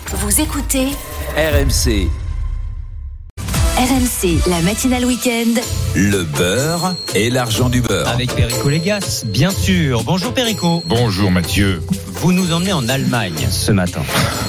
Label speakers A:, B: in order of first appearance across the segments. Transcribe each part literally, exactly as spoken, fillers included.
A: Vous écoutez
B: R M C.
A: R M C, la matinale week-end.
B: Le beurre et l'argent du beurre.
C: Avec Perico Légas, bien sûr. Bonjour Perico.
D: Bonjour Mathieu.
C: Vous nous emmenez en Allemagne ce matin. Pourquoi ?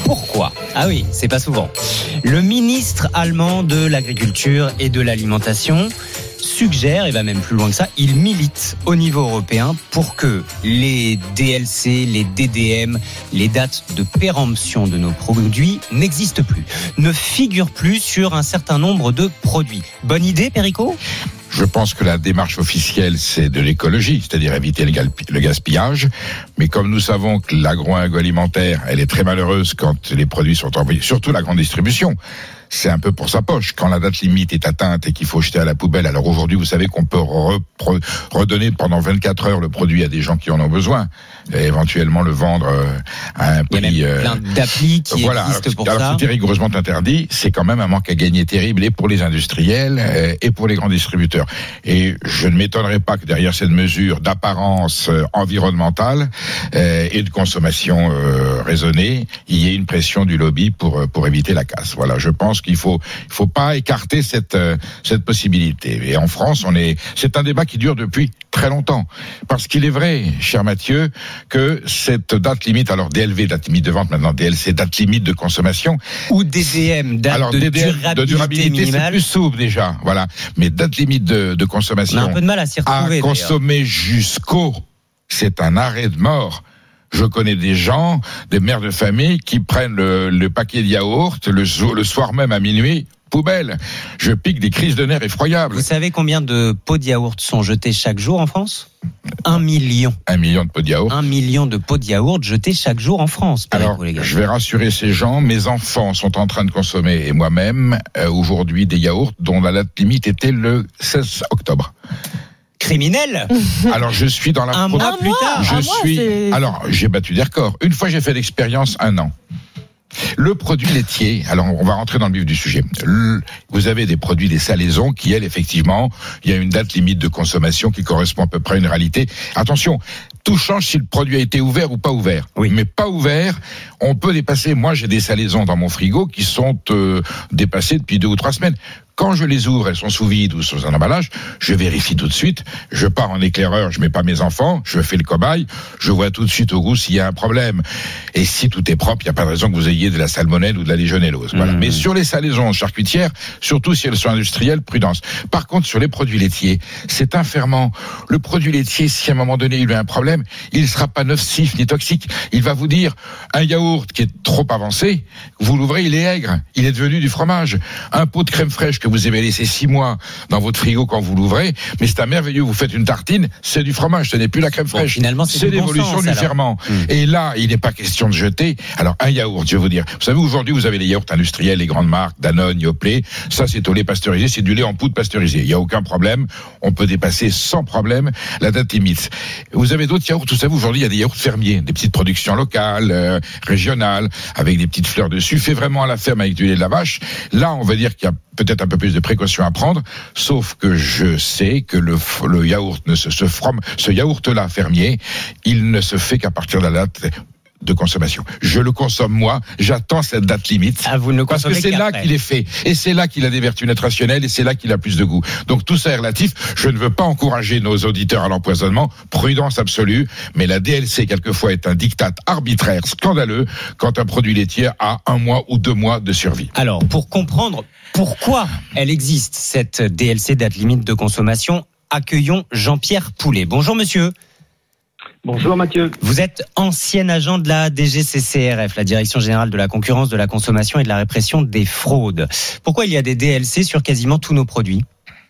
C: Ah oui, c'est pas souvent. Le ministre allemand de l'Agriculture et de l'Alimentation suggère, et va même plus loin que ça, il milite au niveau européen pour que les D L C, les D D M, les dates de péremption de nos produits n'existent plus, ne figurent plus sur un certain nombre de produits. Bonne idée, Perico ?
D: Je pense que la démarche officielle, c'est de l'écologie, c'est-à-dire éviter le gaspillage. Mais comme nous savons que l'agro-alimentaire, elle est très malheureuse quand les produits sont envoyés, surtout la grande distribution. C'est un peu pour sa poche. Quand la date limite est atteinte et qu'il faut jeter à la poubelle, alors aujourd'hui, vous savez qu'on peut repro- redonner pendant vingt-quatre heures le produit à des gens qui en ont besoin, et éventuellement le vendre à un prix.
C: Il y a même plein d'applis qui
D: voilà,
C: existent pour
D: alors,
C: ça.
D: Alors, c'est rigoureusement interdit. C'est quand même un manque à gagner terrible, et pour les industriels et pour les grands distributeurs. Et je ne m'étonnerais pas que derrière cette mesure d'apparence environnementale et de consommation raisonnée, il y ait une pression du lobby pour pour éviter la casse. Voilà, je pense qu'il faut il faut pas écarter cette cette possibilité. Et en France, on est c'est un débat qui dure depuis très longtemps, parce qu'il est vrai, cher Mathieu, que cette date limite, alors D L V, date limite de vente, maintenant D L C, date limite de consommation,
C: ou D D M, date
D: alors,
C: de,
D: D D M,
C: durabilité
D: de durabilité minimale, c'est plus souple déjà, voilà. Mais date limite de, de consommation,
C: on a un peu de mal à s'y retrouver,
D: à consommer d'ailleurs. Jusqu'au, c'est un arrêt de mort. Je connais des gens, des mères de famille qui prennent le, le paquet de yaourt le, le soir même à minuit. Poubelle. Je pique des crises de nerfs effroyables.
C: Vous savez combien de pots de yaourt sont jetés chaque jour en France ? Un million.
D: Un million de pots de yaourt.
C: Un million de pots de yaourt jetés chaque jour en France.
D: Alors, je vais rassurer ces gens. Mes enfants sont en train de consommer, et moi-même, euh, aujourd'hui, des yaourts dont la date limite était le seize octobre.
C: Criminel.
D: Alors je suis dans la
C: un
D: pro-
C: mois plus tard.
D: Je
E: un
D: suis.
E: Mois, c'est...
D: Alors j'ai battu des records. Une fois j'ai fait l'expérience un an. Le produit laitier, alors on va rentrer dans le vif du sujet. Le, vous avez des produits, des salaisons qui, elles, effectivement, il y a une date limite de consommation qui correspond à peu près à une réalité. Attention, tout change si le produit a été ouvert ou pas ouvert.
C: Oui.
D: Mais pas ouvert, on peut dépasser. Moi, j'ai des salaisons dans mon frigo qui sont euh, dépassées depuis deux ou trois semaines. Quand je les ouvre, elles sont sous vide ou sous un emballage, je vérifie tout de suite, je pars en éclaireur, je mets pas mes enfants, je fais le cobaye, je vois tout de suite au goût s'il y a un problème. Et si tout est propre, il n'y a pas de raison que vous ayez de la salmonelle ou de la légionellose. Voilà. Mmh. Mais sur les salaisons charcutières, surtout si elles sont industrielles, prudence. Par contre, sur les produits laitiers, c'est un ferment. Le produit laitier, si à un moment donné il a un problème, il ne sera pas nocif ni toxique. Il va vous dire, un yaourt qui est trop avancé, vous l'ouvrez, il est aigre, il est devenu du fromage. Un pot de crème fraîche que vous avez laissé six mois dans votre frigo quand vous l'ouvrez, mais c'est un merveilleux, vous faites une tartine, c'est du fromage, ce n'est plus la crème fraîche.
C: Bon, finalement, c'est,
D: c'est
C: du
D: l'évolution
C: bon sens,
D: du
C: alors.
D: ferment.
C: Mmh.
D: Et là, il n'est pas question de jeter. Alors, un yaourt, je vais vous dire. Vous savez, aujourd'hui, vous avez les yaourts industriels, les grandes marques, Danone, Yoplait. Ça, c'est au lait pasteurisé, c'est du lait en poudre pasteurisé. Il n'y a aucun problème. On peut dépasser sans problème la date limite. Vous avez d'autres yaourts, vous savez, aujourd'hui, il y a des yaourts fermiers, des petites productions locales, euh, régionales, avec des petites fleurs dessus, fait vraiment à la ferme avec du lait de la vache. Là, on va dire qu'il y a peut-être un peu plus de précautions à prendre, sauf que je sais que le, le yaourt ne se, se from, ce yaourt-là fermier, il ne se fait qu'à partir de la date de consommation. Je le consomme moi, j'attends cette date limite.
C: Ah, vous ne le
D: parce que c'est là qu'il est fait, et c'est là qu'il a des vertus nutritionnelles, et c'est là qu'il a plus de goût. Donc tout ça est relatif. Je ne veux pas encourager nos auditeurs à l'empoisonnement, prudence absolue, mais la D L C quelquefois est un diktat arbitraire, scandaleux, quand un produit laitier a un mois ou deux mois de survie.
C: Alors, pour comprendre pourquoi elle existe, cette D L C, date limite de consommation, accueillons Jean-Pierre Poulet. Bonjour monsieur.
F: Bonjour Mathieu.
C: Vous êtes ancien agent de la D G C C R F, la Direction Générale de la Concurrence, de la Consommation et de la Répression des Fraudes. Pourquoi il y a des D L C sur quasiment tous nos produits ?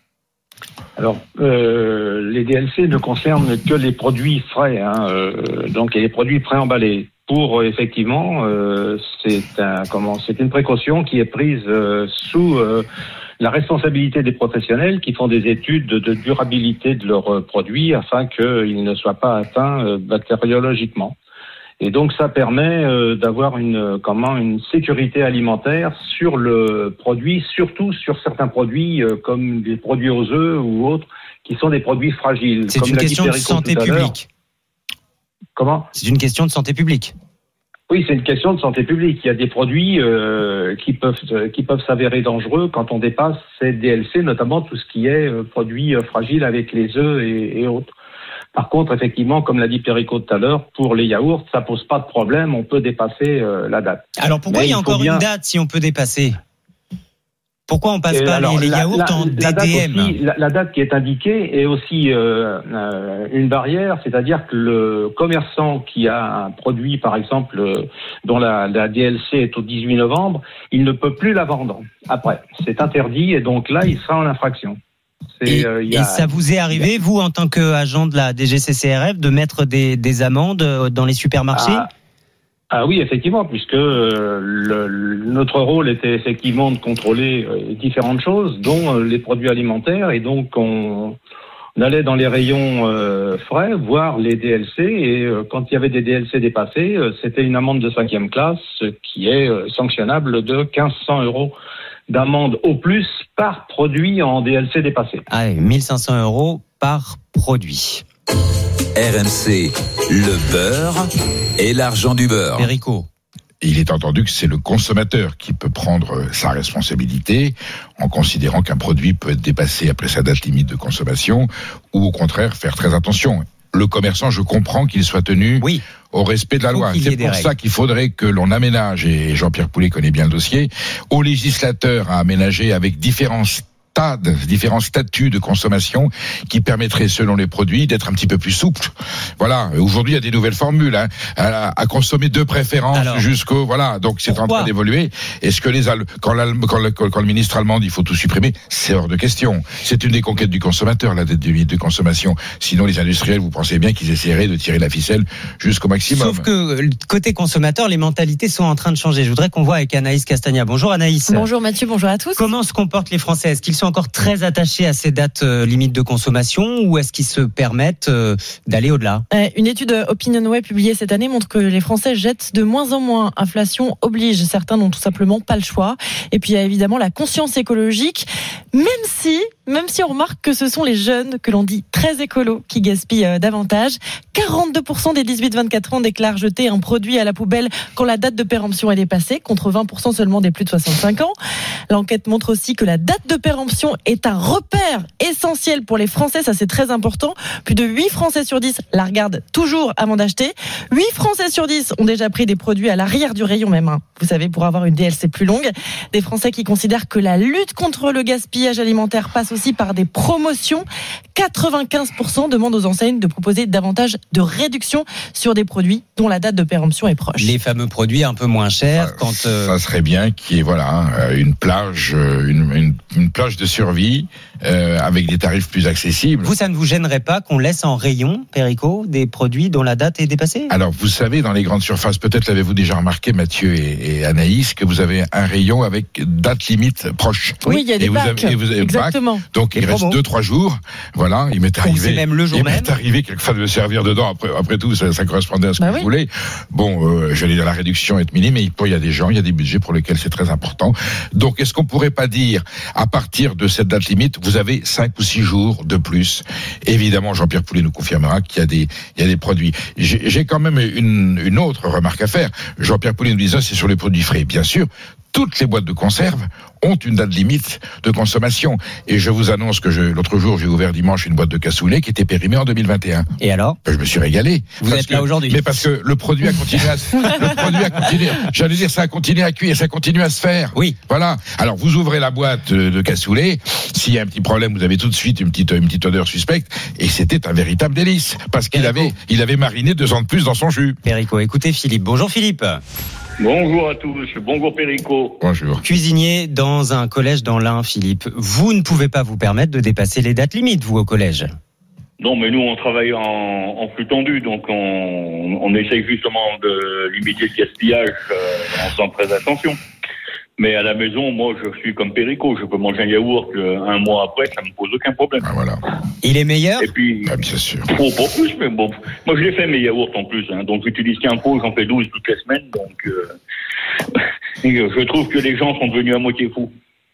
F: Alors, euh, les D L C ne concernent que les produits frais, hein, euh, donc et les produits préemballés. Pour effectivement, euh, c'est un comment, c'est une précaution qui est prise euh, sous euh, la responsabilité des professionnels qui font des études de, de durabilité de leurs produits afin qu'ils ne soient pas atteints euh, bactériologiquement. Et donc ça permet euh, d'avoir une comment une sécurité alimentaire sur le produit, surtout sur certains produits euh, comme des produits aux œufs ou autres qui sont des produits fragiles.
C: C'est
F: comme
C: une
F: l'a dit
C: question de
F: Perico
C: santé
F: tout à l'heure.
C: publique.
F: Comment ?
C: C'est une question de santé publique.
F: Oui, c'est une question de santé publique. Il y a des produits euh, qui peuvent qui peuvent s'avérer dangereux quand on dépasse ces D L C, notamment tout ce qui est euh, produits euh, fragiles avec les œufs et, et autres. Par contre, effectivement, comme l'a dit Perico tout à l'heure, pour les yaourts, ça pose pas de problème, on peut dépasser euh, la date.
C: Alors pourquoi
F: Mais
C: il y a
F: il faut
C: encore
F: bien...
C: une date si on peut dépasser ? Pourquoi on passe
F: Et
C: pas
F: alors,
C: les, les
F: la,
C: yaourts
F: la,
C: en
F: la
C: D D M
F: date aussi, la, la date qui est indiquée est aussi euh, euh, une barrière, c'est-à-dire que le commerçant qui a un produit, par exemple, euh, dont la, la D L C est au dix-huit novembre, il ne peut plus la vendre après. C'est interdit et donc là, il sera en infraction.
C: Et,
F: euh, y
C: et
F: a,
C: ça vous est arrivé, a... vous, en tant qu'agent de la D G C C R F, de mettre des, des amendes dans les supermarchés ?
F: ah, Ah oui, effectivement, puisque euh, le, le, notre rôle était effectivement de contrôler euh, différentes choses, dont euh, les produits alimentaires, et donc on, on allait dans les rayons euh, frais voir les D L C, et euh, quand il y avait des D L C dépassés, euh, c'était une amende de cinquième classe, qui est euh, sanctionnable de quinze cents euros d'amende au plus par produit en D L C dépassé.
C: Ah oui, mille cinq cents euros par produit.
B: R M C, le beurre et l'argent du beurre.
C: Perico.
D: Il est entendu que c'est le consommateur qui peut prendre sa responsabilité en considérant qu'un produit peut être dépassé après sa date limite de consommation ou au contraire faire très attention. Le commerçant, je comprends qu'il soit tenu
C: oui.
D: au respect de la loi. C'est pour ça qu'il faudrait que l'on aménage, et Jean-Pierre Poulet connaît bien le dossier, au législateur à aménager avec différents stades, différents statuts de consommation qui permettraient, selon les produits, d'être un petit peu plus souples. Voilà. Aujourd'hui, il y a des nouvelles formules, hein, à, à consommer de préférence Alors, jusqu'au, voilà. Donc, c'est en train d'évoluer. Est-ce que les, quand, quand, le, quand le ministre allemand dit il faut tout supprimer, c'est hors de question. C'est une des conquêtes du consommateur, la dette limite de consommation. Sinon, les industriels, vous pensez bien qu'ils essaieraient de tirer la ficelle jusqu'au maximum.
C: Sauf que, côté consommateur, les mentalités sont en train de changer. Je voudrais qu'on voit avec Anaïs Castagna. Bonjour Anaïs.
E: Bonjour Mathieu, bonjour à tous.
C: Comment se comportent les Français ? Est-ce qu'ils sont encore très attachés à ces dates euh, limites de consommation ou est-ce qu'ils se permettent euh, d'aller au-delà ?
E: euh, Une étude OpinionWay publiée cette année montre que les Français jettent de moins en moins. Inflation oblige. Certains n'ont tout simplement pas le choix. Et puis il y a évidemment la conscience écologique. Même si, même si on remarque que ce sont les jeunes que l'on dit très écolos qui gaspillent euh, davantage. quarante-deux pour cent des dix-huit vingt-quatre ans déclarent jeter un produit à la poubelle quand la date de péremption est dépassée, contre vingt pour cent seulement des plus de soixante-cinq ans. L'enquête montre aussi que la date de péremption est un repère essentiel pour les Français, ça c'est très important. Plus de huit Français sur dix la regardent toujours avant d'acheter. huit Français sur dix ont déjà pris des produits à l'arrière du rayon même, hein. Vous savez, pour avoir une D L C plus longue. Des Français qui considèrent que la lutte contre le gaspillage alimentaire passe aussi par des promotions. quatre-vingt-quinze pour cent demandent aux enseignes de proposer davantage de réduction sur des produits dont la date de péremption est proche.
C: Les fameux produits un peu moins chers.
D: Ah,
C: quand euh...
D: ça serait bien qu'il y ait voilà une plage, une, une, une plage de survie euh, avec des tarifs plus accessibles.
C: Vous, ça ne vous gênerait pas qu'on laisse en rayon, Perico, des produits dont la date est dépassée ?
D: Alors, vous savez, dans les grandes surfaces, peut-être l'avez-vous déjà remarqué, Mathieu et, et Anaïs, que vous avez un rayon avec date limite proche.
E: Oui, il y a des
D: et
E: bacs.
D: Vous avez, et vous avez
E: Exactement.
D: Bac, donc
C: les
D: il reste deux trois jours. Voilà, il m'est arrivé.
C: C'est même le jour
D: il
C: même.
D: m'est arrivé quelquefois de me servir dedans. Après, après tout, ça, ça correspondait à ce
E: bah
D: que
E: oui.
D: je voulais. Bon, euh, j'allais dire la réduction être minime, mais il y a des gens, il y a des budgets pour lesquels c'est très important. Donc, est-ce qu'on pourrait pas dire, à partir de cette date limite, vous avez cinq ou six jours de plus. Évidemment, Jean-Pierre Poulet nous confirmera qu'il y a des, il y a des produits. J'ai, j'ai quand même une, une autre remarque à faire. Jean-Pierre Poulet nous disait, c'est sur les produits frais. Bien sûr, toutes les boîtes de conserve ont une date limite de consommation. Et je vous annonce que je, l'autre jour, j'ai ouvert dimanche une boîte de cassoulet qui était périmée en deux mille vingt et un.
C: Et alors ?
D: Je me suis régalé.
C: Vous êtes
D: que,
C: là aujourd'hui.
D: Mais parce que le produit a continué à, le produit a continué, j'allais dire, ça a continué à cuire, ça continue à se faire.
C: Oui.
D: Voilà. Alors, vous ouvrez la boîte de cassoulet. S'il y a un petit problème, vous avez tout de suite une petite, une petite odeur suspecte. Et c'était un véritable délice. Parce qu'il
C: Perico.
D: avait, il avait mariné deux ans de plus dans son jus.
C: Perico, écoutez Philippe. Bonjour Philippe.
G: Bonjour à tous, bonjour Perico.
D: Bonjour.
C: Cuisinier dans un collège dans l'Ain, Philippe. Vous ne pouvez pas vous permettre de dépasser les dates limites, vous, au collège ?
G: Non, mais nous, on travaille en, en flux tendu, donc on, on essaye justement de limiter le gaspillage euh, en faisant très attention. Mais à la maison, moi, je suis comme Perico. Je peux manger un yaourt un mois après, ça me pose aucun problème.
D: Ah, voilà.
C: Il est meilleur ?
G: Et puis,
D: ah, bien sûr.
G: Oh, pas plus, mais bon. Moi, je les fais mes yaourts en plus. Hein, donc, j'utilise qu'un pot, j'en fais douze toutes les semaines. Donc, euh, je trouve que les gens sont devenus à moitié fous.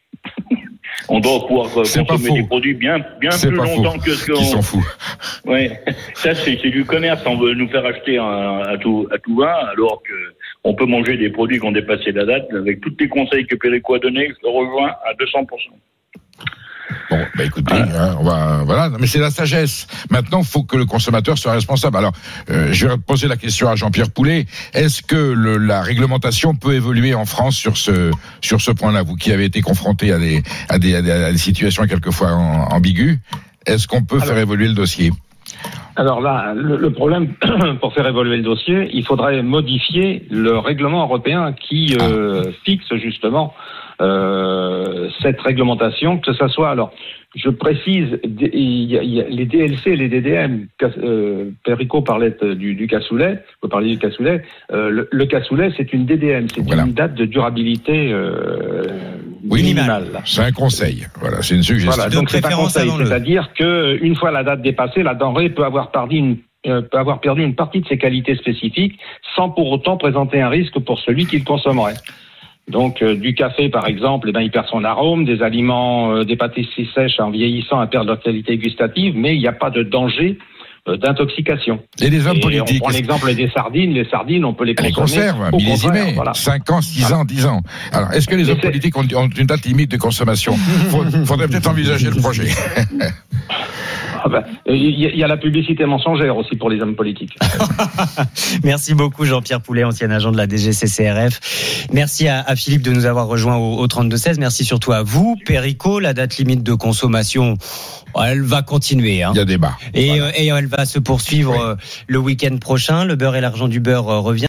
G: On doit pouvoir
D: c'est
G: consommer des produits bien, bien
D: c'est
G: plus longtemps
D: faux.
G: que ce qu'on...
D: Qui s'en fout.
G: Ouais, ça c'est, c'est du commerce. On veut nous faire acheter à, à tout, à tout va, alors que on peut manger des produits qui ont dépassé la date. Avec tous les conseils que Perico a donnés, je le rejoins à deux cents pour cent.
D: Bon, bah écoutez, hein, on va, voilà, mais c'est la sagesse. Maintenant, il faut que le consommateur soit responsable. Alors, euh, je vais poser la question à Jean-Pierre Poulet. Est-ce que le, la réglementation peut évoluer en France sur ce sur ce point-là, vous qui avez été confronté à des à des, à des, à des situations quelquefois ambiguës, est-ce qu'on peut Alors, faire évoluer le dossier ?
F: Alors là, le, le problème, pour faire évoluer le dossier, il faudrait modifier le règlement européen qui euh, fixe justement euh, cette réglementation, que ça soit, alors, je précise, il y a, il y a les D L C et les D D M, euh, Perico parlait du, du cassoulet, vous parliez du cassoulet, euh, le, le cassoulet c'est une D D M, c'est voilà. une date de durabilité euh,
D: oui,
F: minimale.
D: C'est un conseil, voilà, c'est une suggestion.
F: Voilà, donc c'est un conseil, c'est-à-dire qu'une fois la date dépassée, la denrée peut avoir perdu une euh, peut avoir perdu une partie de ses qualités spécifiques sans pour autant présenter un risque pour celui qui le consommerait. Donc euh, du café par exemple, eh ben, il perd son arôme, des aliments, euh, des pâtisseries sèches en vieillissant elles perdent leur qualité gustative, mais il n'y a pas de danger euh, d'intoxication.
D: Et les hommes
F: et
D: politiques.
F: On prend l'exemple des sardines, les sardines on peut les consommer.
D: Les conserves, millésimées, voilà. cinq ans, six ans, dix ans. Alors est-ce que les hommes politiques ont, ont une date limite de consommation ? Il faudrait peut-être envisager le projet.
F: Ah ben, il y a la publicité mensongère aussi pour les hommes politiques.
C: Merci beaucoup Jean-Pierre Poulet, ancien agent de la D G C C R F. Merci à, à Philippe de nous avoir rejoints au, au trente-deux seize. Merci surtout à vous. Perico, la date limite de consommation, elle va continuer. Hein.
D: Il y a débat.
C: Et,
D: voilà.
C: euh, et elle va se poursuivre oui. euh, le week-end prochain. Le beurre et l'argent du beurre euh, revient.